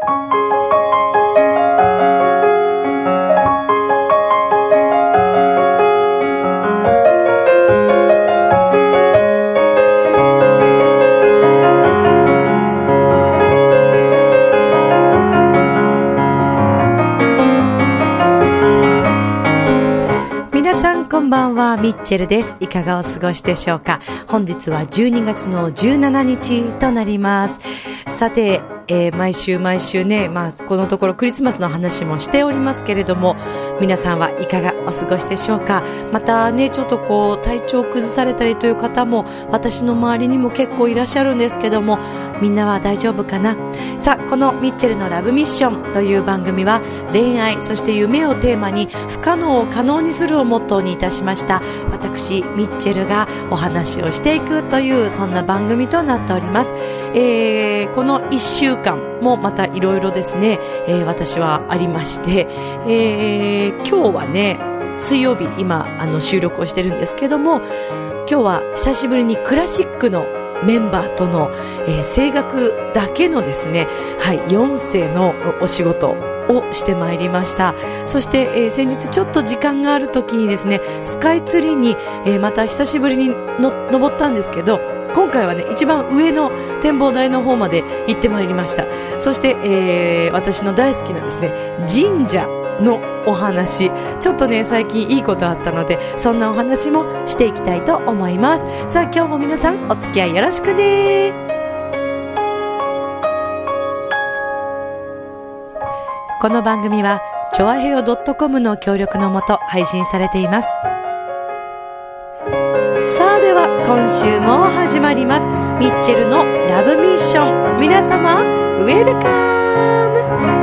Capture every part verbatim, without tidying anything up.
こんばんは、ミッチェルです。いかがお過ごしでしょうか。本日はじゅうにがつのじゅうしちにちとなります。さて、えー、毎週毎週ね、まあこのところクリスマスの話もしておりますけれども、皆さんはいかがお過ごしでしょうか。またね、ちょっとこう体調崩されたりという方も私の周りにも結構いらっしゃるんですけども、みんなは大丈夫かな。さあ、このミッチェルのラブミッションという番組は、恋愛そして夢をテーマに不可能を可能にするをモットーにいたしました。私ミッチェルがお話をしていくという、そんな番組となっております。えー、このいっしゅうかんもまたいろいろですね、えー、私はありまして、えー、今日はね、水曜日今あの収録をしてるんですけども、今日は久しぶりにクラシックのメンバーとの、えー、声楽だけのですね、はい、よんせいのお仕事をしてまいりました。そして、えー、先日ちょっと時間がある時にですね、スカイツリーに、えー、また久しぶりにの登ったんですけど、今回はね、一番上の展望台の方まで行ってまいりました。そして、えー、私の大好きなですね、神社のお話、ちょっとね最近いいことあったので、そんなお話もしていきたいと思います。さあ、今日も皆さんお付き合いよろしくね。この番組はチョアヘヨ .com の協力のもと配信されています。さあ、では今週も始まります、ミッチェルのラブミッション。皆様ウェルカム。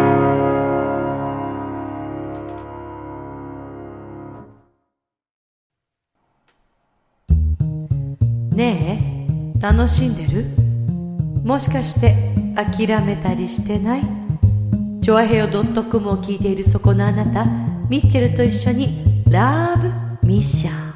ねえ、楽しんでる？もしかして諦めたりしてない？チョアヘヨ .com を聞いているそこのあなた、ミッチェルと一緒にラブミッション。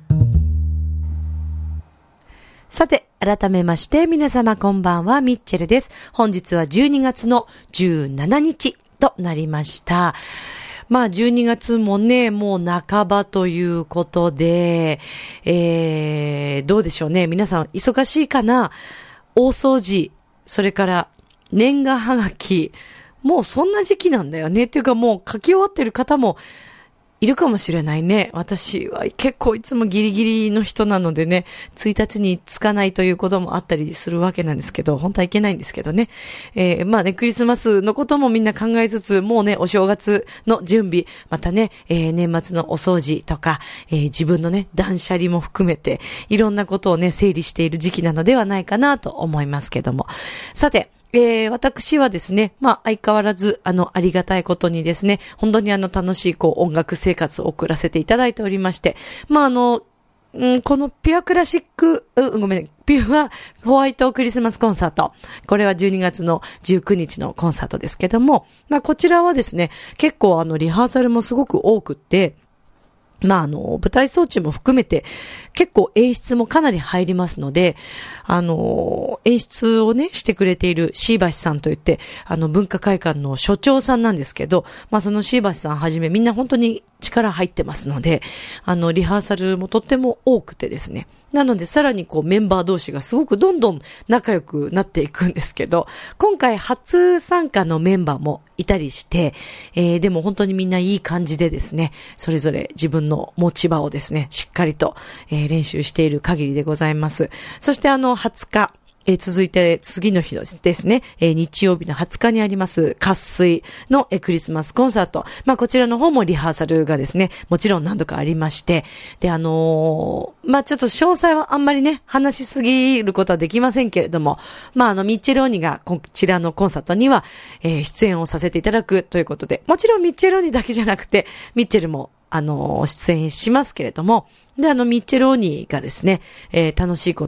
さて、改めまして皆様こんばんは、ミッチェルです。本日はじゅうにがつのじゅうしちにちとなりました。まあじゅうにがつもね、もう半ばということで、えー、どうでしょうね。皆さん忙しいかな？大掃除、それから年賀はがき、もうそんな時期なんだよね。っていうかもう書き終わってる方もいるかもしれないね。私は結構いつもギリギリの人なのでね、ついたちにつかないということもあったりするわけなんですけど、本当はいけないんですけどね。えー、まあね、クリスマスのこともみんな考えつつ、もうね、お正月の準備、またね、えー、年末のお掃除とか、えー、自分のね、断捨離も含めて、いろんなことをね、整理している時期なのではないかなと思いますけども。さて、えー、私はですね、まあ相変わらずあのありがたいことにですね、本当にあの楽しいこう音楽生活を送らせていただいておりまして、まああの、うん、このピュアクラシック、うん、ごめん、ピュアホワイトクリスマスコンサート、これはじゅうにがつのじゅうくにちのコンサートですけども、まあこちらはですね、結構あのリハーサルもすごく多くって、まあ、あの、舞台装置も含めて、結構演出もかなり入りますので、あの、演出をね、してくれている椎橋さんといって、あの、文化会館の所長さんなんですけど、まあ、その椎橋さんはじめみんな本当に力入ってますので、あの、リハーサルもとっても多くてですね。なので、さらにこう、メンバー同士がすごくどんどん仲良くなっていくんですけど、今回初参加のメンバーもいたりして、えー、でも本当にみんないい感じでですね、それぞれ自分の持ち場をですね、しっかりと、えー、練習している限りでございます。そしてあの、はつか、えー、続いて次の日ですね、えー、日曜日のはつかにあります渇水の、えー、クリスマスコンサート。まあこちらの方もリハーサルがですね、もちろん何度かありまして、であのー、まあちょっと詳細はあんまりね、話しすぎることはできませんけれども、まああのミッチェル・オニがこちらのコンサートには、えー、出演をさせていただくということで、もちろんミッチェル・オニだけじゃなくて、ミッチェルもあのー、出演しますけれども、であのミッチェル・オニがですね、えー、楽しいこと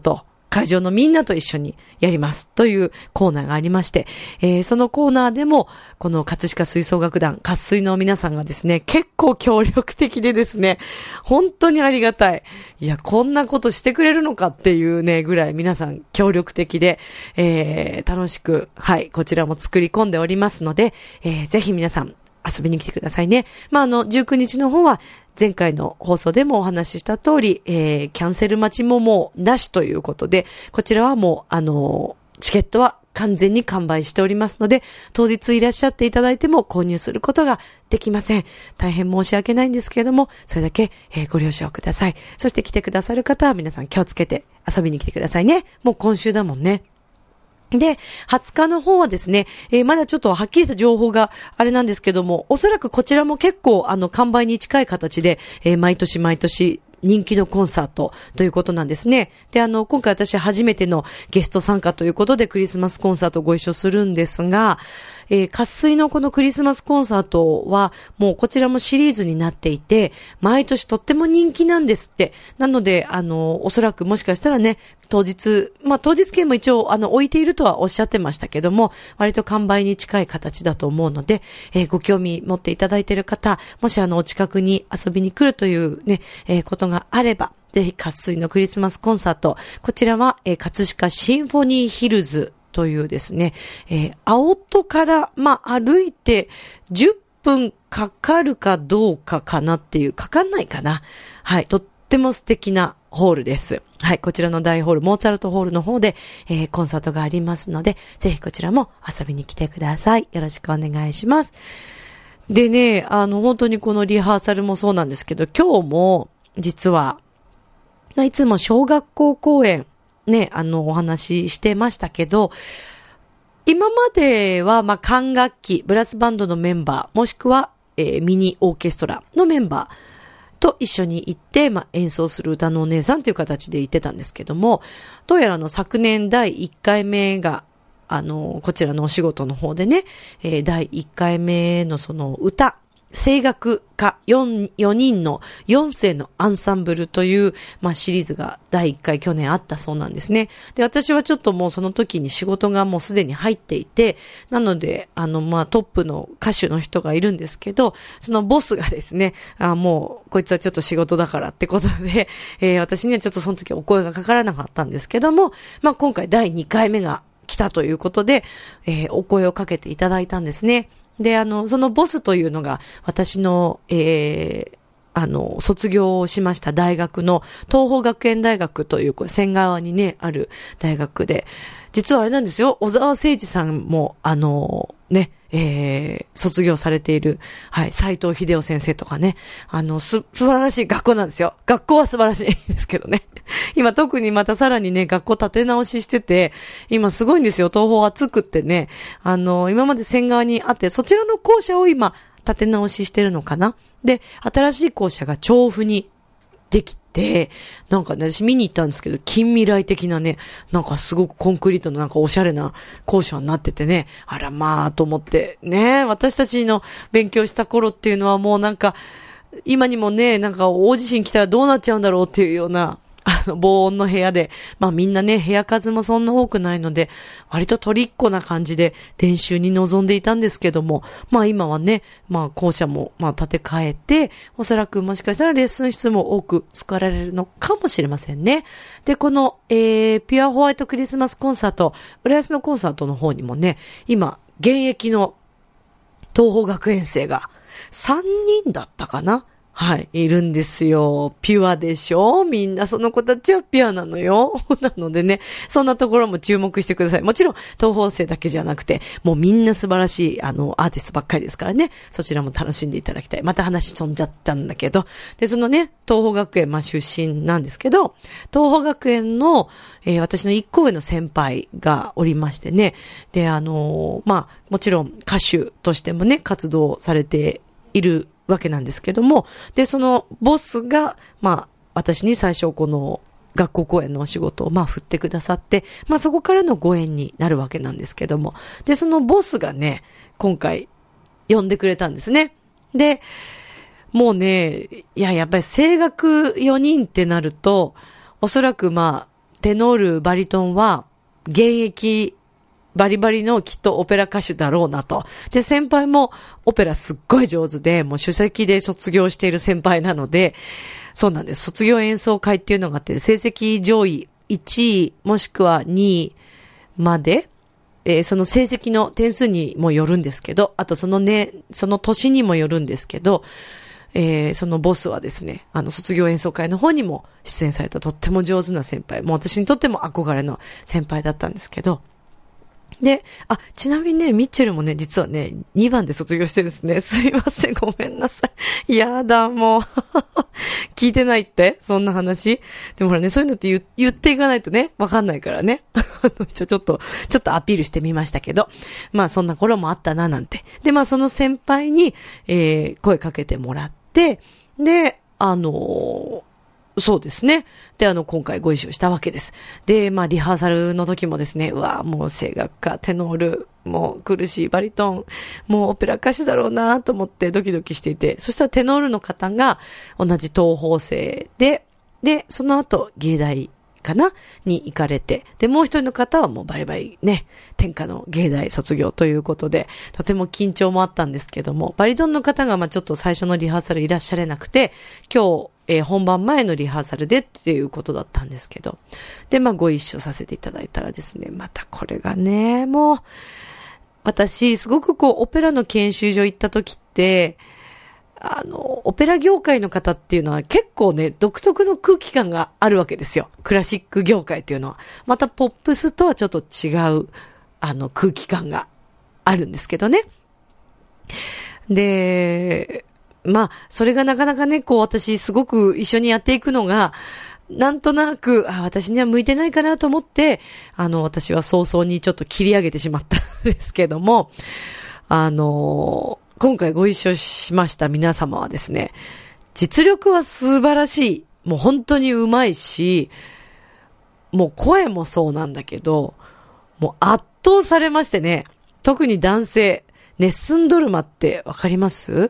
会場のみんなと一緒にやりますというコーナーがありまして、えー、そのコーナーでもこの葛飾吹奏楽団葛吹の皆さんがですね結構協力的でですね本当にありがたい。いやこんなことしてくれるのかっていうねぐらい皆さん協力的で、えー、楽しくはいこちらも作り込んでおりますので、えー、ぜひ皆さん遊びに来てくださいね。まあ、あの、じゅうくにちの方は、前回の放送でもお話しした通り、えー、キャンセル待ちももうなしということで、こちらはもう、あの、チケットは完全に完売しておりますので、当日いらっしゃっていただいても購入することができません。大変申し訳ないんですけれども、それだけ、えー、ご了承ください。そして来てくださる方は皆さん気をつけて遊びに来てくださいね。もう今週だもんね。で、はつかの方はですね、えー、まだちょっとはっきりした情報があれなんですけども、おそらくこちらも結構あの完売に近い形で、えー、毎年毎年人気のコンサートということなんですね。で、あの、今回私初めてのゲスト参加ということでクリスマスコンサートご一緒するんですが、えー、渇水のこのクリスマスコンサートはもうこちらもシリーズになっていて、毎年とっても人気なんですって。なので、あの、おそらくもしかしたらね、当日、まあ、当日券も一応、あの、置いているとはおっしゃってましたけども、割と完売に近い形だと思うので、えー、ご興味持っていただいている方、もしあの、お近くに遊びに来るというね、えー、ことがあれば、ぜひ、渇水のクリスマスコンサート、こちらは、えー、葛飾シンフォニーヒルズというですね、えー、青戸から、まあ、歩いてじゅっぷんかかるかどうかかなっていう、かかんないかな。はい、とっても素敵なホールです。はい、こちらの大ホール、モーツァルトホールの方で、えー、コンサートがありますので、ぜひこちらも遊びに来てください。よろしくお願いします。でね、あの、本当にこのリハーサルもそうなんですけど、今日も、実は、いつも小学校公演、ね、あの、お話ししてましたけど、今までは、まあ、管楽器、ブラスバンドのメンバー、もしくは、えー、ミニオーケストラのメンバーと一緒に行って、まあ、演奏する歌のお姉さんという形で言ってたんですけども、どうやらあの、昨年だいいっかいめが、あの、こちらのお仕事の方でね、えー、だいいっかいめのその歌、声楽家よん、よにんのよんせいのアンサンブルという、まあ、シリーズがだいいっかい去年あったそうなんですね。で、私はちょっともうその時に仕事がもうすでに入っていて、なので、あの、まあ、トップの歌手の人がいるんですけど、そのボスがですね、あもう、こいつはちょっと仕事だからってことで、えー、私にはちょっとその時お声がかからなかったんですけども、まあ、今回だいにかいめが来たということで、えー、お声をかけていただいたんですね。で、あの、そのボスというのが、私の、えー、あの、卒業をしました大学の、東邦学園大学という、これ、仙川にね、ある大学で、実はあれなんですよ、小沢誠二さんも、あの、ね、えー、卒業されている、はい、斉藤秀夫先生とかね、あの、す、素晴らしい学校なんですよ。学校は素晴らしいんですけどね。今特にまたさらにね、学校建て直ししてて、今すごいんですよ、東邦暑くってね、あの、今まで仙川にあって、そちらの校舎を今、建て直ししてるのかな。で、新しい校舎が調布にできて、なんかね、私見に行ったんですけど、近未来的なね、なんかすごくコンクリートのなんかおしゃれな校舎になっててね、あらまあと思って、ね、私たちの勉強した頃っていうのはもうなんか、今にもね、なんか大地震来たらどうなっちゃうんだろうっていうような、あの、防音の部屋で、まあみんなね、部屋数もそんな多くないので、割と取りっこな感じで練習に臨んでいたんですけども、まあ今はね、まあ校舎もまあ建て替えて、おそらくもしかしたらレッスン室も多く作られるのかもしれませんね。で、この、えー、ピュアホワイトクリスマスコンサート、浦安のコンサートの方にもね、今、現役の東邦学園生がさんにんだったかな？はい、いるんですよ。ピュアでしょ？みんなその子たちはピュアなのよ。なのでね、そんなところも注目してください。もちろん、東邦生だけじゃなくて、もうみんな素晴らしい、あの、アーティストばっかりですからね。そちらも楽しんでいただきたい。また話飛んじゃったんだけど。で、そのね、東邦学園、まあ出身なんですけど、東邦学園の、えー、私の一個上の先輩がおりましてね。で、あのー、まあ、もちろん歌手としてもね、活動されているわけなんですけども、で、そのボスが、まあ、私に最初この学校公演のお仕事をまあ振ってくださって、まあそこからのご縁になるわけなんですけども、で、そのボスがね、今回呼んでくれたんですね。で、もうね、いや、やっぱり声楽よにんってなると、おそらくまあ、 テノール、バリトンは、現役、バリバリのきっとオペラ歌手だろうなと。で、先輩もオペラすっごい上手で、もう首席で卒業している先輩なので、そうなんです。卒業演奏会っていうのがあって、成績上位いちいもしくはにいまで、えー、その成績の点数にもよるんですけど、あとそのね、その年にもよるんですけど、えー、そのボスはですね、あの卒業演奏会の方にも出演されたとっても上手な先輩、もう私にとっても憧れの先輩だったんですけど、で、あ、ちなみにね、ミッチェルもね、実はね、にばんで卒業してるんですね。すいません、ごめんなさい。やだ、もう。聞いてないってそんな話でもほらね、そういうのって 言, 言っていかないとね、わかんないからね。ちょ、ちょっと、ちょっとアピールしてみましたけど。まあ、そんな頃もあったな、なんて。で、まあ、その先輩に、えー、声かけてもらって、で、あのー、そうですね。で、あの、今回ご一緒したわけです。で、まあ、リハーサルの時もですね、うわ、もう声楽家、テノール、もう苦しいバリトン、もうオペラ歌手だろうなと思ってドキドキしていて、そしたらテノールの方が同じ東邦生で、で、その後、芸大かなに行かれて、で、もう一人の方はもうバリバリね、天下の芸大卒業ということで、とても緊張もあったんですけども、バリトンの方がまあちょっと最初のリハーサルいらっしゃれなくて、今日、えー、本番前のリハーサルでっていうことだったんですけど、で、まあご一緒させていただいたらですね、またこれがね、もう、私、すごくこう、オペラの研修所行った時って、あの、オペラ業界の方っていうのは結構ね、独特の空気感があるわけですよ。クラシック業界っていうのは。またポップスとはちょっと違う、あの、空気感があるんですけどね。で、まあ、それがなかなかね、こう私すごく一緒にやっていくのが、なんとなく、あ、私には向いてないかなと思って、あの、私は早々にちょっと切り上げてしまったんですけども、あの、今回ご一緒しました皆様はですね、実力は素晴らしい。もう本当に上手いし、もう声もそうなんだけど、もう圧倒されましてね、特に男性、ネッスンドルマってわかります？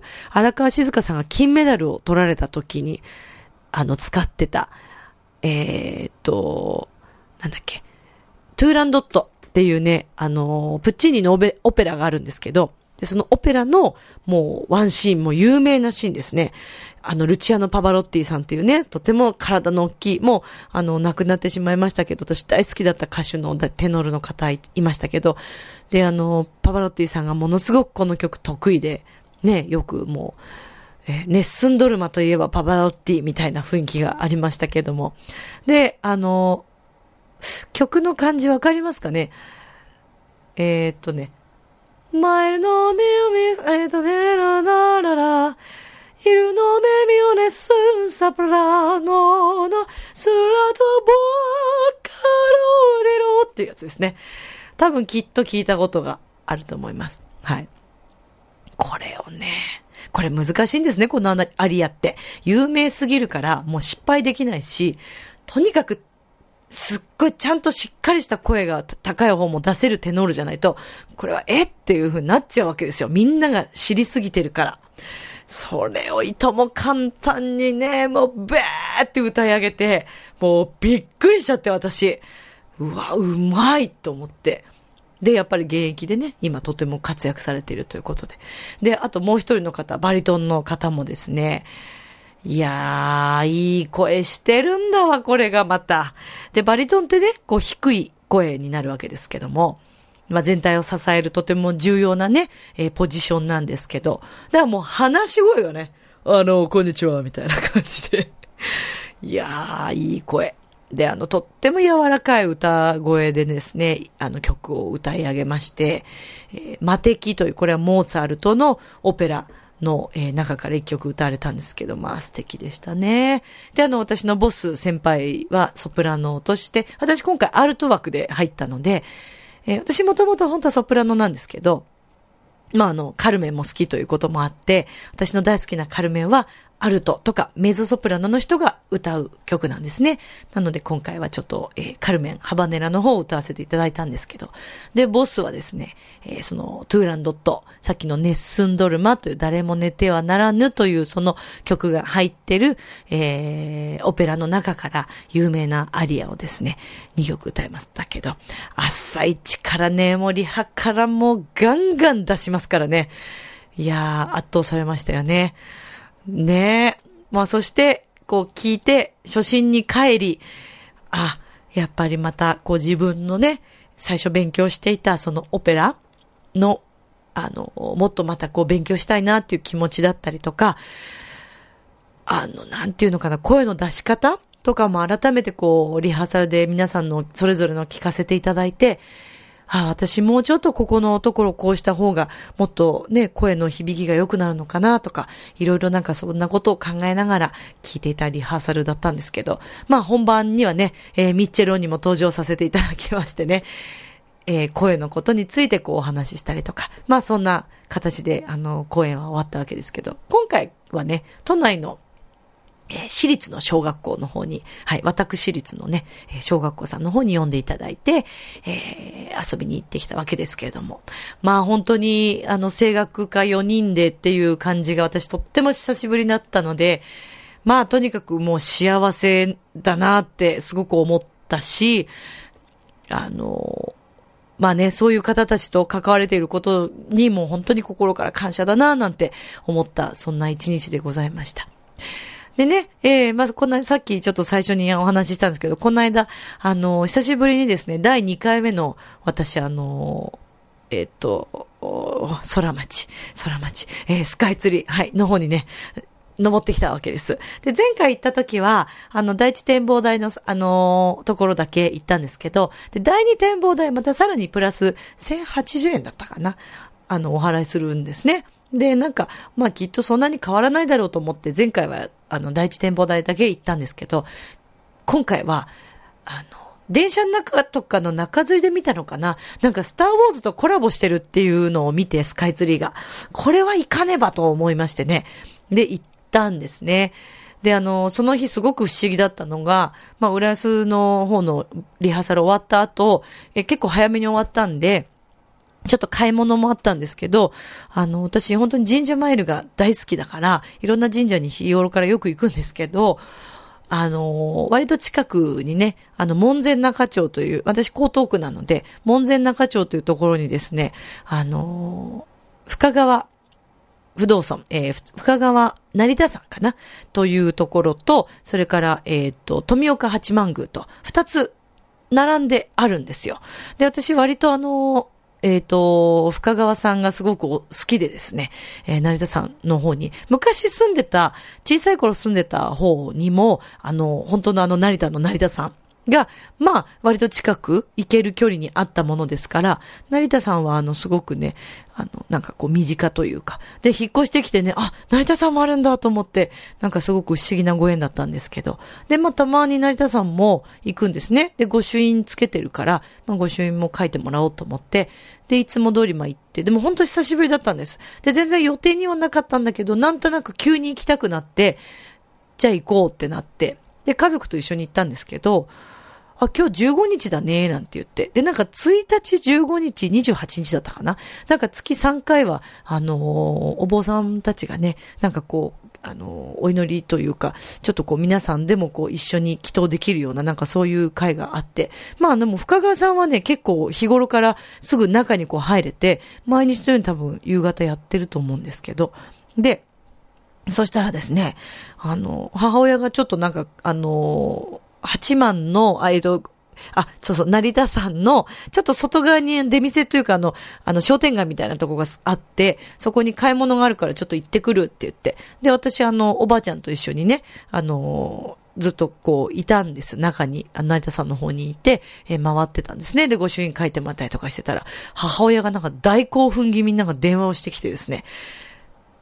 荒川静香さんが金メダルを取られた時に、あの、使ってた、えーっと、なんだっけ、トゥーランドットっていうね、あの、プッチーニのオペラがあるんですけど、で、そのオペラのもうワンシーンも有名なシーンですね。あの、ルチアノ・パバロッティさんっていうね、とても体の大きい、もう、あの、亡くなってしまいましたけど、私大好きだった歌手のテノールの方いましたけど、で、あの、パバロッティさんがものすごくこの曲得意で、ね、よくもう、え、ネッスンドルマといえばパバロッティみたいな雰囲気がありましたけども。で、あの、曲の感じわかりますかね？えー、っとね、マイルのミオミス、えーとね、ララララ、イルノメミオネスンサプラノのスラトボカロデロっていうやつですね。多分きっと聞いたことがあると思います。はい。これをね、これ難しいんですね、このアリアって。有名すぎるからもう失敗できないし、とにかくすっごいちゃんとしっかりした声が高い方も出せるテノールじゃないと、これはえっていう風になっちゃうわけですよ。みんなが知りすぎてるから。それをいとも簡単にね、もうベーって歌い上げて、もうびっくりしちゃって私。うわ、うまいと思って。で、やっぱり現役でね、今とても活躍されているということで。で、あともう一人の方、バリトンの方もですね、いやー、いい声してるんだわ、これがまた。で、バリトンってね、こう低い声になるわけですけども、まあ全体を支えるとても重要なね、えー、ポジションなんですけど、だからもう話し声がね、あの、こんにちは、みたいな感じで。いやー、いい声。で、あの、とっても柔らかい歌声でですね、あの曲を歌い上げまして、えー、魔笛という、これはモーツァルトのオペラ、の、えー、中から一曲歌われたんですけど、まあ素敵でしたね。で、あの、私のボス先輩はソプラノとして、私今回アルト枠で入ったので、えー、私もともと本当はソプラノなんですけど、まああの、カルメンも好きということもあって、私の大好きなカルメンはアルトとかメゾソプラノの人が歌う曲なんですね。なので今回はちょっと、えー、カルメン、ハバネラの方を歌わせていただいたんですけど。で、ボスはですね、えー、そのトゥーランドット、さっきのネッスンドルマという誰も寝てはならぬというその曲が入ってる、えー、オペラの中から有名なアリアをですね、にきょく歌いましたけど、朝一からね、もうリハからもうガンガン出しますからね。いやー、圧倒されましたよね。ねえ。まあそして、こう聞いて、初心に帰り、あ、やっぱりまた、こう自分のね、最初勉強していたそのオペラの、あの、もっとまたこう勉強したいなっていう気持ちだったりとか、あの、なんていうのかな、声の出し方とかも改めてこう、リハーサルで皆さんのそれぞれの聞かせていただいて、ああ、私もうちょっとここのところこうした方がもっとね、声の響きが良くなるのかなとか、いろいろなんかそんなことを考えながら聞いていたリハーサルだったんですけど、まあ本番にはね、えー、ミッチェロにも登場させていただきましてね、えー、声のことについてこうお話ししたりとか、まあそんな形であの公演は終わったわけですけど、今回はね、都内のえー、私立の小学校の方に、はい、私立のね、小学校さんの方に呼んでいただいて、えー、遊びに行ってきたわけですけれども。まあ本当に、あの、声楽科よにんでっていう感じが私とっても久しぶりだったので、まあとにかくもう幸せだなってすごく思ったし、あの、まあね、そういう方たちと関われていることにも本当に心から感謝だななんて思った、そんな一日でございました。でね、えー、まずこんな、さっきちょっと最初にお話ししたんですけど、この間、あの、久しぶりにですね、だいにかいめの、私、あの、えっと、空町、空町、えー、スカイツリー、はい、の方にね、登ってきたわけです。で、前回行った時は、あの、第一展望台の、あの、ところだけ行ったんですけど、で、第二展望台またさらにプラスせんはちじゅうえんだったかな、あの、お払いするんですね。で、なんか、まあきっとそんなに変わらないだろうと思って、前回は、あの、第一展望台だけ行ったんですけど、今回は、あの、電車の中とかの中吊りで見たのかな、なんかスターウォーズとコラボしてるっていうのを見て、スカイツリーが。これは行かねばと思いましてね。で、行ったんですね。で、あの、その日すごく不思議だったのが、まあ、浦安の方のリハーサル終わった後、え結構早めに終わったんで、ちょっと買い物もあったんですけど、あの、私本当に神社参りが大好きだから、いろんな神社に日頃からよく行くんですけど、あの、割と近くにね、あの、門前仲町という、私江東区なので、門前仲町というところにですね、あの、深川不動尊、えー、深川成田山かなというところと、それから、えっと、富岡八幡宮と、二つ並んであるんですよ。で、私割とあの、えっと、深川さんがすごく好きでですね、えー、成田山の方に、昔住んでた、小さい頃住んでた方にも、あの、本当のあの成田の成田山が、まあ、割と近く行ける距離にあったものですから、成田さんはあの、すごくね、あの、なんかこう身近というか、で、引っ越してきてね、あ、成田さんもあるんだと思って、なんかすごく不思議なご縁だったんですけど、で、まあ、たまに成田さんも行くんですね。で、御朱印つけてるから、まあ、御朱印も書いてもらおうと思って、で、いつも通りまあ行って、でも本当久しぶりだったんです。で、全然予定にはなかったんだけど、なんとなく急に行きたくなって、じゃあ行こうってなって、で、家族と一緒に行ったんですけど、あ、今日じゅうごにちだね、なんて言って。で、なんかついたち、じゅうごにち、にじゅうはちにちだったかな。なんか月さんかいは、あのー、お坊さんたちがね、なんかこう、あのー、お祈りというか、ちょっとこう皆さんでもこう一緒に祈祷できるような、なんかそういう会があって。まあでも深川さんはね、結構日頃からすぐ中にこう入れて、毎日のように多分夕方やってると思うんですけど。で、そしたらですね、あの、母親がちょっとなんか、あの、八幡の、あ、えっと、あ、そうそう、成田山の、ちょっと外側に出店というか、あの、あの、商店街みたいなとこがあって、そこに買い物があるからちょっと行ってくるって言って。で、私、あの、おばあちゃんと一緒にね、あの、ずっとこう、いたんです。中に、成田山の方にいて、えー、回ってたんですね。で、御朱印書いてもらったりとかしてたら、母親がなんか大興奮気味になんか電話をしてきてですね、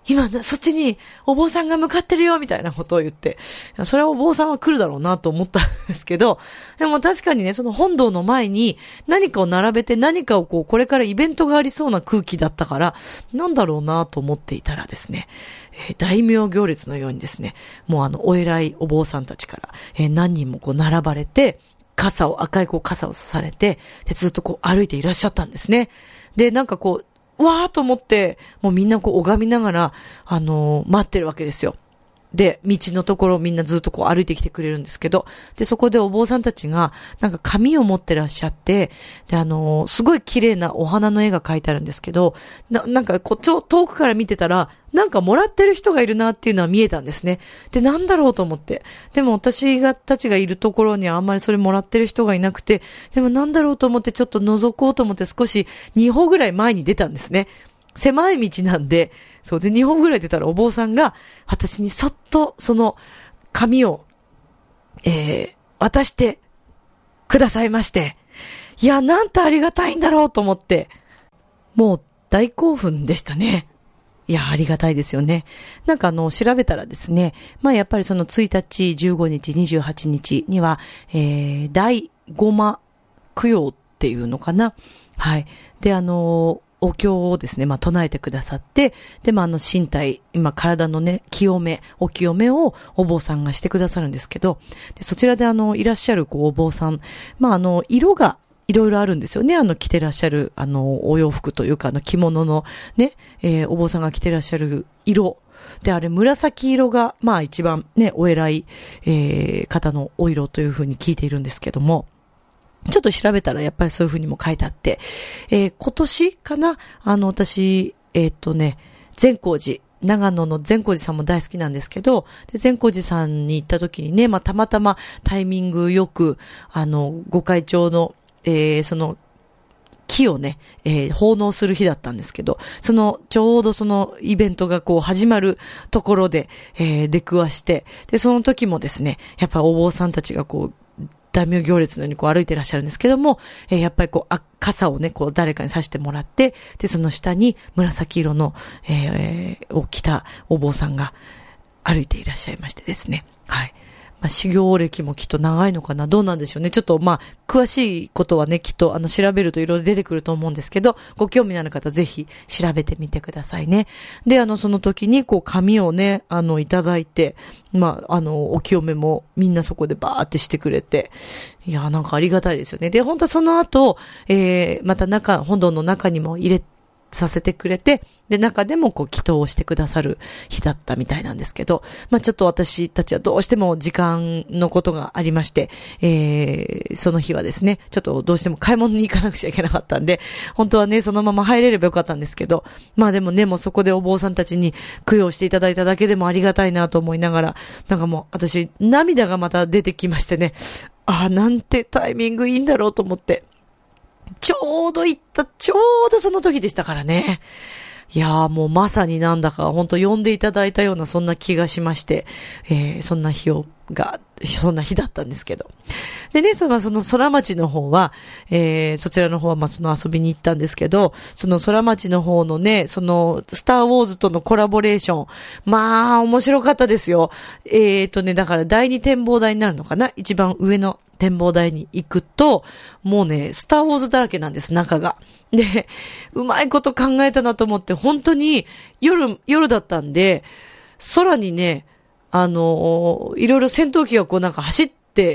今、そっちにお坊さんが向かってるよみたいなことを言って、それはお坊さんは来るだろうなと思ったんですけど、でも確かにね、その本堂の前に何かを並べて何かをこう、これからイベントがありそうな空気だったから、なんだろうなと思っていたらですね、えー、大名行列のようにですね、もうあの、お偉いお坊さんたちから、えー、何人もこう並ばれて、傘を、赤いこう傘をさされて、で、ずっとこう歩いていらっしゃったんですね。で、なんかこう、わーと思って、もうみんなこう拝みながら、あのー、待ってるわけですよ。で、道のところをみんなずっとこう歩いてきてくれるんですけど、で、そこでお坊さんたちが、なんか紙を持ってらっしゃって、で、あのー、すごい綺麗なお花の絵が描いてあるんですけど、な、なんかこう、ちょ、遠くから見てたら、なんかもらってる人がいるなっていうのは見えたんですね。で、なんだろうと思って。でも私が、たちがいるところにはあんまりそれもらってる人がいなくて、でもなんだろうと思ってちょっと覗こうと思って少しに歩ぐらい前に出たんですね。狭い道なんで、そうでに歩ぐらい出たらお坊さんが私にそっとその紙を、えー、渡してくださいまして、いや、なんてありがたいんだろうと思って、もう大興奮でしたね。いや、ありがたいですよね。なんかあの、調べたらですね、まあやっぱりそのついたち、じゅうごにち、にじゅうはちにちには、えー、大ごま供養っていうのかな。はい。で、あの、お経をですね、まあ唱えてくださって、で、まああの身体、今体のね、清め、お清めをお坊さんがしてくださるんですけど、でそちらであの、いらっしゃるこうお坊さん、まああの、色が、いろいろあるんですよね。あの、着てらっしゃる、あの、お洋服というか、あの、着物のね、えー、お坊さんが着てらっしゃる色。で、あれ、紫色が、まあ一番ね、お偉い、えー、方のお色というふうに聞いているんですけども、ちょっと調べたらやっぱりそういうふうにも書いてあって、えー、今年かな、あの、私、えー、っとね、善光寺、長野の善光寺さんも大好きなんですけど、で善光寺さんに行った時にね、まあ、たまたまタイミングよく、あの、ご開帳の、えー、その、木をね、えー、奉納する日だったんですけど、その、ちょうどそのイベントがこう始まるところで、えー、出くわして、で、その時もですね、やっぱりお坊さんたちがこう、大名行列のようにこう歩いてらっしゃるんですけども、えー、やっぱりこう、あ、傘をね、こう誰かに差してもらって、で、その下に紫色の、えー、を着たお坊さんが歩いていらっしゃいましてですね。はい。まあ、修行歴もきっと長いのかな、どうなんでしょうね。ちょっとまあ、詳しいことはね、きっとあの、調べるといろいろ出てくると思うんですけど、ご興味のある方ぜひ調べてみてくださいね。で、あの、その時にこう、紙をね、あの、いただいて、まあ、あの、お清めもみんなそこでバーってしてくれて、いや、なんかありがたいですよね。で、本当はその後、えー、また中、本堂の中にも入れて、させてくれて、で、中でもこう、祈祷をしてくださる日だったみたいなんですけど、まあちょっと私たちはどうしても時間のことがありまして、えー、その日はですね、ちょっとどうしても買い物に行かなくちゃいけなかったんで、本当はね、そのまま入れればよかったんですけど、まあでもね、もうそこでお坊さんたちに供養していただいただけでもありがたいなと思いながら、なんかもう私、涙がまた出てきましてね、ああ、なんてタイミングいいんだろうと思って、ちょうど行った、ちょうどその時でしたからね。いやーもうまさになんだか本当呼んでいただいたようなそんな気がしまして、えー、そんな日を、が、そんな日だったんですけど。でね、その、その空町の方は、えー、そちらの方はまあその遊びに行ったんですけど、その空町の方のね、その、スターウォーズとのコラボレーション、まあ面白かったですよ。えーとね、だから第二展望台になるのかな？一番上の展望台に行くと、もうね、スターウォーズだらけなんです、中が。で、うまいこと考えたなと思って、本当に夜、夜だったんで、空にね、あの、いろいろ戦闘機がこうなんか走って、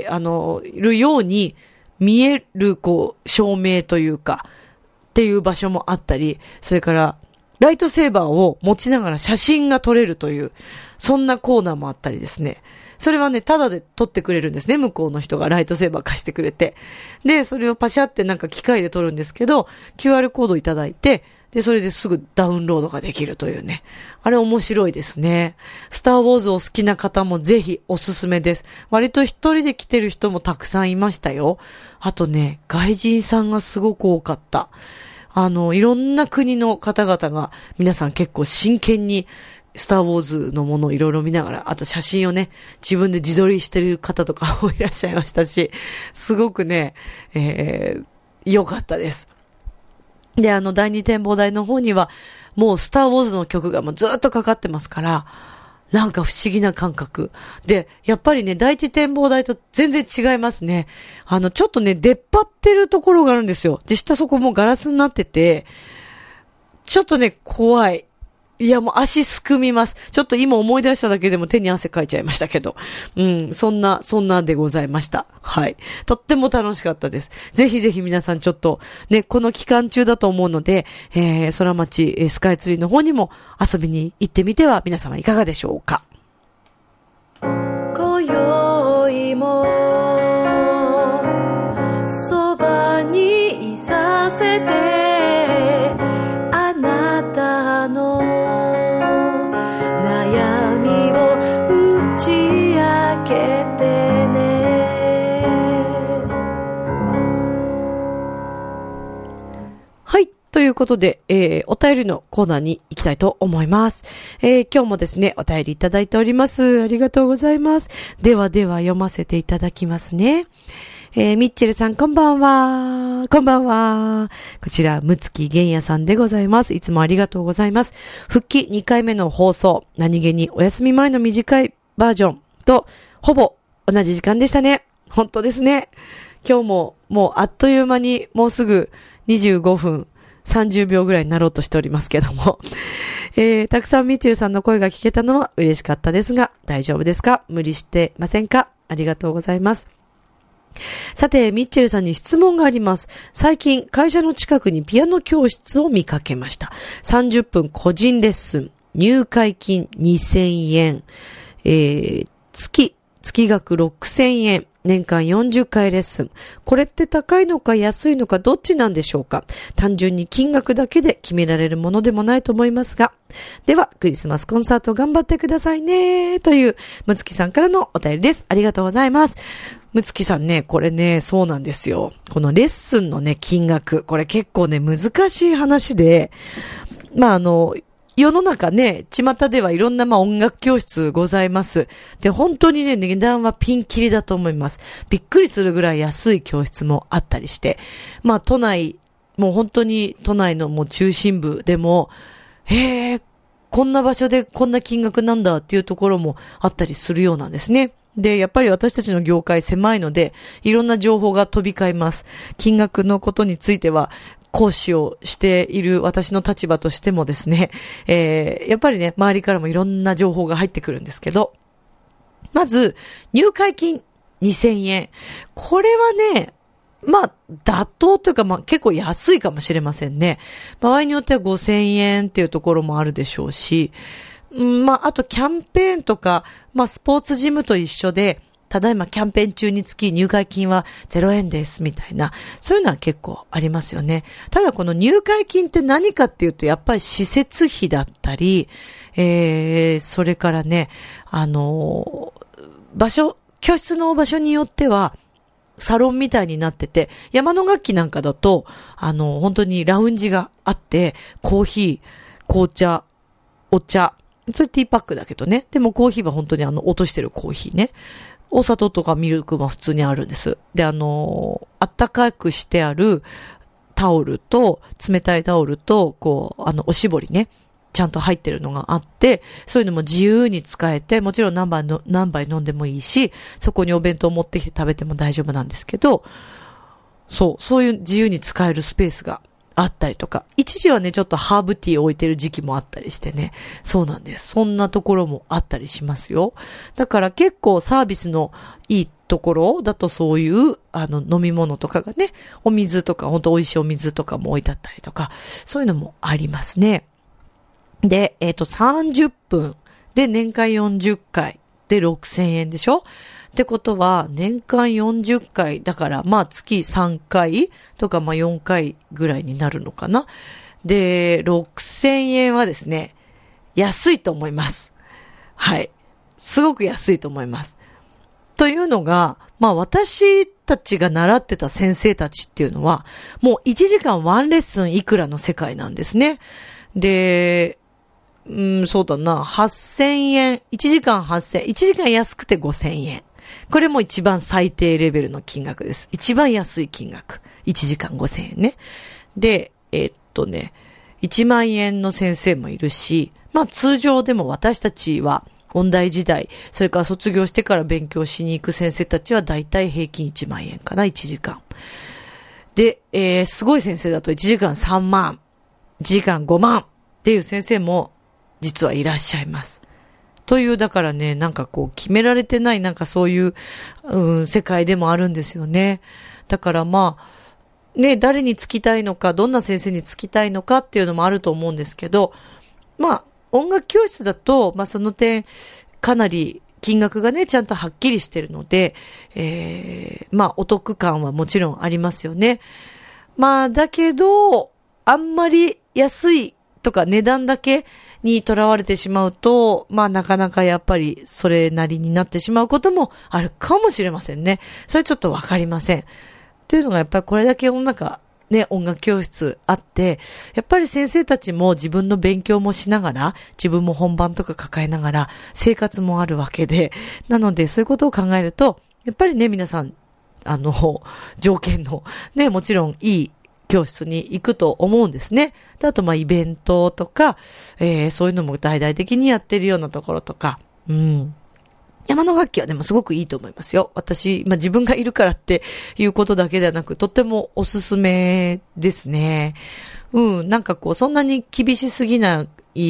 あの、いるように見える、こう、照明というか、っていう場所もあったり、それから、ライトセーバーを持ちながら写真が撮れるという、そんなコーナーもあったりですね。それはね、タダで撮ってくれるんですね。向こうの人がライトセーバー貸してくれて。で、それをパシャってなんか機械で撮るんですけど、キューアール コードいただいて、で、それですぐダウンロードができるというね。あれ面白いですね。スターウォーズを好きな方もぜひおすすめです。割と一人で来てる人もたくさんいましたよ。あとね、外人さんがすごく多かった。あの、いろんな国の方々が皆さん結構真剣にスターウォーズのものをいろいろ見ながら、あと写真をね、自分で自撮りしてる方とかもいらっしゃいましたし、すごくね、えー、良かったです。 で、あの、第二展望台の方には、もうスターウォーズの曲がもうずっとかかってますから、なんか不思議な感覚。で、やっぱりね、第一展望台と全然違いますね。あの、ちょっとね、出っ張ってるところがあるんですよ。で、下そこもガラスになってて、ちょっとね、怖い。いや、もう足すくみます。ちょっと今思い出しただけでも手に汗かいちゃいましたけど。うん、そんな、そんなでございました。はい。とっても楽しかったです。ぜひぜひ皆さんちょっと、ね、この期間中だと思うので、えー、空町スカイツリーの方にも遊びに行ってみては皆様いかがでしょうか。今宵も、そばにいさせて、の悩みを打ち明けてね。はい。ということで、えー、お便りのコーナーに行きたいと思います。えー、今日もですね、お便りいただいております。ありがとうございます。ではでは読ませていただきますね。えー、ミッチェルさん、こんばんは。こんばんは。こちら、むつきげんやさんでございます。いつもありがとうございます。復帰にかいめの放送、何気にお休み前の短いバージョンと、ほぼ同じ時間でしたね。本当ですね。今日も、もうあっという間に、もうすぐにじゅうごふん、さんじゅうびょうぐらいになろうとしておりますけども。えー、たくさんミッチェルさんの声が聞けたのは嬉しかったですが、大丈夫ですか？無理してませんか？ありがとうございます。さて、ミッチェルさんに質問があります。最近、会社の近くにピアノ教室を見かけました。さんじゅっぷん個人レッスン、入会金にせんえん、えー、月、月額ろくせんえん、年間よんじゅっかいレッスン。これって高いのか安いのかどっちなんでしょうか？単純に金額だけで決められるものでもないと思いますが。では、クリスマスコンサート頑張ってくださいね。という、むつきさんからのお便りです。ありがとうございます。むつきさんね、これね、そうなんですよ。このレッスンのね、金額。これ結構ね、難しい話で、まあ、あの、世の中ね、巷ではいろんなまあ音楽教室ございます。で、本当にね、値段はピンキリだと思います。びっくりするぐらい安い教室もあったりして、まあ都内、もう本当に都内のもう中心部でも、へー、こんな場所でこんな金額なんだっていうところもあったりするようなんですね。で、やっぱり私たちの業界狭いので、いろんな情報が飛び交います。金額のことについては、講師をしている私の立場としてもですね、えー、やっぱりね、周りからもいろんな情報が入ってくるんですけど、まず、入会金にせんえん。これはね、まあ、妥当というか、まあ結構安いかもしれませんね。場合によってはごせんえんっていうところもあるでしょうし、うん、まあ、あとキャンペーンとか、まあ、スポーツジムと一緒で、ただいまキャンペーン中につき入会金はゼロえんですみたいな、そういうのは結構ありますよね。ただこの入会金って何かっていうと、やっぱり施設費だったり、えー、それからね、あのー、場所、教室の場所によっては、サロンみたいになってて、山の楽器なんかだと、あのー、本当にラウンジがあって、コーヒー、紅茶、お茶、それティーパックだけどね。でもコーヒーは本当にあの、落としてるコーヒーね。お砂糖とかミルクも普通にあるんです。で、あの、あったかくしてあるタオルと、冷たいタオルと、こう、あの、おしぼりね、ちゃんと入ってるのがあって、そういうのも自由に使えて、もちろん何杯の、何杯飲んでもいいし、そこにお弁当持ってきて食べても大丈夫なんですけど、そう、そういう自由に使えるスペースがあったりとか、一時はね、ちょっとハーブティーを置いてる時期もあったりしてね。そうなんです。そんなところもあったりしますよ。だから結構サービスのいいところだとそういう、あの、飲み物とかがね、お水とか、ほんと美味しいお水とかも置いてあったりとか、そういうのもありますね。で、えっと、さんじゅっぷんで年間よんじゅっかいでろくせんえんでしょ？ってことは、年間よんじゅっかい、だから、まあ月さんかいとか、まあよんかいぐらいになるのかな。で、ろくせんえんはですね、安いと思います。はい。すごく安いと思います。というのが、まあ私たちが習ってた先生たちっていうのは、もういちじかんワンレッスンいくらの世界なんですね。で、うん、そうだな、はっせんえん、いちじかんはっせんえん、いちじかん安くてごせんえん。これも一番最低レベルの金額です。一番安い金額。いちじかんごせんえんね。で、えっとね、いちまんえんの先生もいるし、まあ通常でも私たちは音大時代、それから卒業してから勉強しに行く先生たちはだいたい平均いちまんえんかな、いちじかん。で、えー、すごい先生だといちじかんさんまん、いちじかんごまんっていう先生も実はいらっしゃいます。という、だからね、なんかこう決められてないなんかそういう、うん、世界でもあるんですよね。だからまあ、ね、誰につきたいのか、どんな先生につきたいのかっていうのもあると思うんですけど、まあ、音楽教室だと、まあその点、かなり金額がね、ちゃんとはっきりしてるので、えー、まあお得感はもちろんありますよね。まあだけど、あんまり安いとか値段だけにとらわれてしまうと、まあなかなかやっぱりそれなりになってしまうこともあるかもしれませんね。それちょっとわかりません。っていうのがやっぱりこれだけ世の中、ね、音楽教室あって、やっぱり先生たちも自分の勉強もしながら、自分も本番とか抱えながら、生活もあるわけで、なのでそういうことを考えると、やっぱりね、皆さん、あの、条件の、ね、もちろんいい教室に行くと思うんですね。で、あと、まあ、イベントとか、えー、そういうのも大々的にやってるようなところとか、うん。山の楽器はでもすごくいいと思いますよ。私、まあ、自分がいるからっていうことだけではなく、とってもおすすめですね。うん、なんかこう、そんなに厳しすぎない、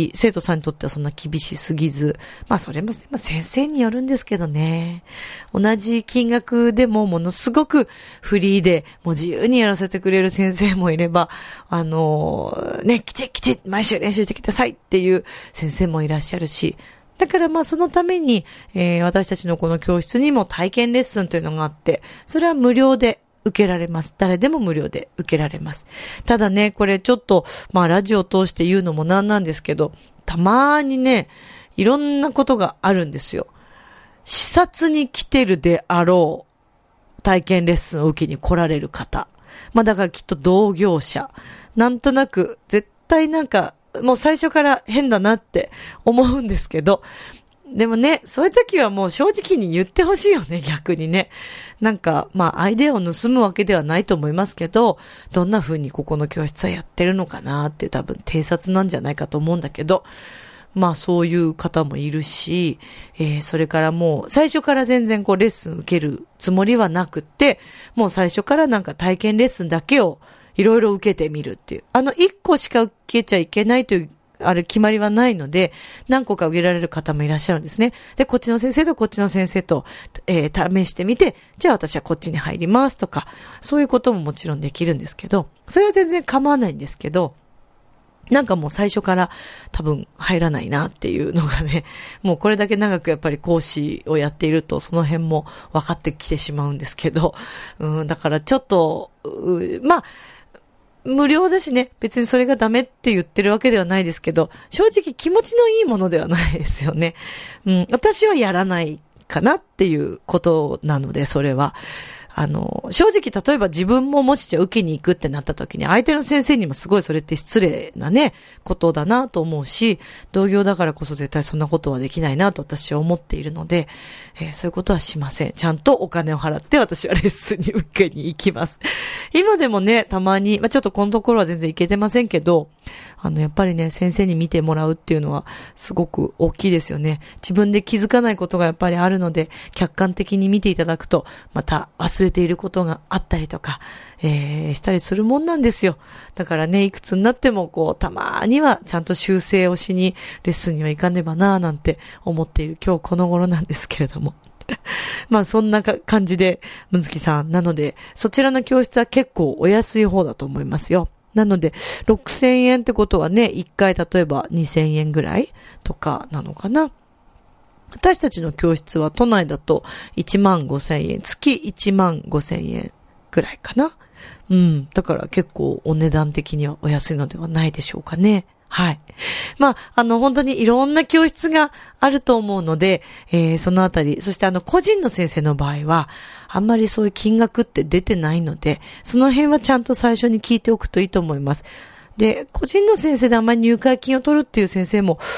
生徒さんにとってはそんな厳しすぎず、まあそれも、まあ、先生によるんですけどね。同じ金額でもものすごくフリーで、もう自由にやらせてくれる先生もいれば、あのー、ね、きちっきちっ毎週練習してきてくださいっていう先生もいらっしゃるし、だからまあそのために、えー、私たちのこの教室にも体験レッスンというのがあって、それは無料で受けられます。誰でも無料で受けられます。ただね、これちょっと、まあラジオを通して言うのもなんなんですけど、たまーにね、いろんなことがあるんですよ。視察に来てるであろう体験レッスンを受けに来られる方。まあだからきっと同業者。なんとなく、絶対なんか、もう最初から変だなって思うんですけど、でもね、そういう時はもう正直に言ってほしいよね、逆にね。なんか、まあアイデアを盗むわけではないと思いますけど、どんな風にここの教室はやってるのかなって多分偵察なんじゃないかと思うんだけど、まあそういう方もいるし、えー、それからもう最初から全然こうレッスン受けるつもりはなくって、もう最初からなんか体験レッスンだけをいろいろ受けてみるっていう。あの、一個しか受けちゃいけないという、あれ決まりはないので、何個か受けられる方もいらっしゃるんですね。で、こっちの先生とこっちの先生と、えー、試してみて、じゃあ私はこっちに入りますとか、そういうことももちろんできるんですけど、それは全然構わないんですけど、なんかもう最初から多分入らないなっていうのがね、もうこれだけ長くやっぱり講師をやっているとその辺も分かってきてしまうんですけど、うん、だからちょっと、まあ、無料だしね、別にそれがダメって言ってるわけではないですけど、正直気持ちのいいものではないですよね。うん、私はやらないかなっていうことなので、それは。あの、正直例えば自分ももしじゃ受けに行くってなった時に相手の先生にもすごいそれって失礼なね、ことだなと思うし、同業だからこそ絶対そんなことはできないなと私は思っているので、えー、そういうことはしません。ちゃんとお金を払って私はレッスンに受けに行きます。今でもね、たまに、まあ、ちょっとこのところは全然行けてませんけど、あの、やっぱりね、先生に見てもらうっていうのはすごく大きいですよね。自分で気づかないことがやっぱりあるので、客観的に見ていただくと、また忘れていることがあったりとか、えー、したりするもんなんですよ。だからね、いくつになってもこう、たまーにはちゃんと修正をしにレッスンには行かねばなーなんて思っている今日この頃なんですけれども。まあそんな感じで、むずきさん。なので、そちらの教室は結構お安い方だと思いますよ。なので、ろくせんえんってことはね、いっかい例えばにせんえんぐらいとかなのかな。私たちの教室は都内だといちまんごせんえん、月いちまんごせんえんぐらいかな。うん。だから結構お値段的にはお安いのではないでしょうかね。はい。まあ、あの、本当にいろんな教室があると思うので、えー、そのあたり、そしてあの、個人の先生の場合は、あんまりそういう金額って出てないので、その辺はちゃんと最初に聞いておくといいと思います。で、個人の先生であんまり入会金を取るっていう先生も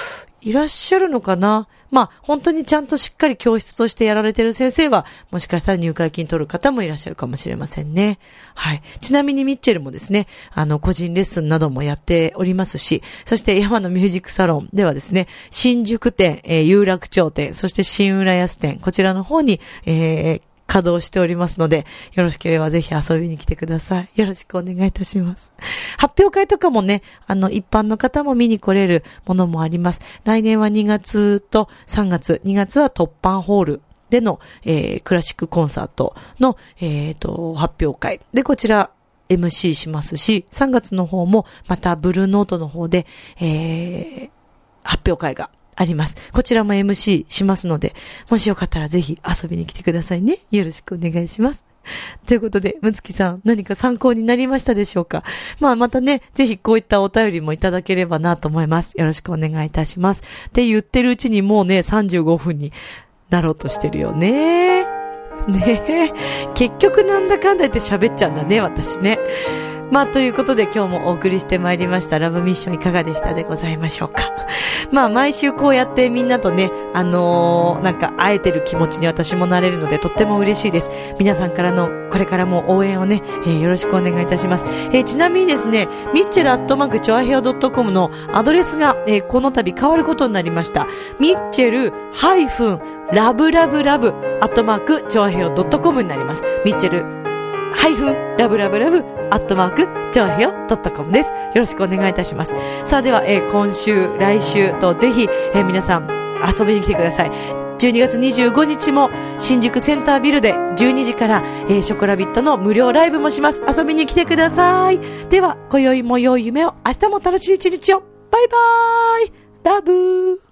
いらっしゃるのかな。まあ、本当にちゃんとしっかり教室としてやられてる先生は、もしかしたら入会金取る方もいらっしゃるかもしれませんね。はい。ちなみにミッチェルもですね、あの、個人レッスンなどもやっておりますし、そして山のミュージックサロンではですね、新宿店、えー、有楽町店、そして新浦安店、こちらの方に、えー、稼働しておりますので、よろしければぜひ遊びに来てください。よろしくお願いいたします。発表会とかもね、あの、一般の方も見に来れるものもあります。来年はにがつとさんがつ、にがつは突破ホールでの、えー、クラシックコンサートの、えーと、発表会。で、こちら、エムシー しますし、さんがつの方も、またブルーノートの方で、えー、発表会があります。こちらも エムシー しますので、もしよかったらぜひ遊びに来てくださいね。よろしくお願いします。ということで、むつきさん、何か参考になりましたでしょうか？まあまたね、ぜひこういったお便りもいただければなと思います。よろしくお願いいたします。って言ってるうちにもうね、さんじゅうごふんになろうとしてるよね。ねえ。結局なんだかんだ言って喋っちゃうんだね、私ね。まあということで今日もお送りしてまいりましたラブミッションいかがでしたでございましょうか。まあ毎週こうやってみんなとね、あのー、なんか会えてる気持ちに私もなれるのでとっても嬉しいです。皆さんからのこれからも応援をね、えー、よろしくお願いいたします。えー、ちなみにですね、ミッチェルアットマークチョアヘオドットコムのアドレスが、えー、この度変わることになりました。ミッチェルハイフンラブラブラブアットマークチョアヘオドットコムになります。ミッチェルハイフンラブラブラブアットマークチョアヘオドットコムです。よろしくお願いいたします。さあでは、えー、今週来週とぜひ、えー、皆さん遊びに来てください。じゅうにがつにじゅうごにちも新宿センタービルでじゅうにじから、えー、ショコラビットの無料ライブもします。遊びに来てください。では今宵も良い夢を、明日も楽しい一日を。バイバーイ。ラブー。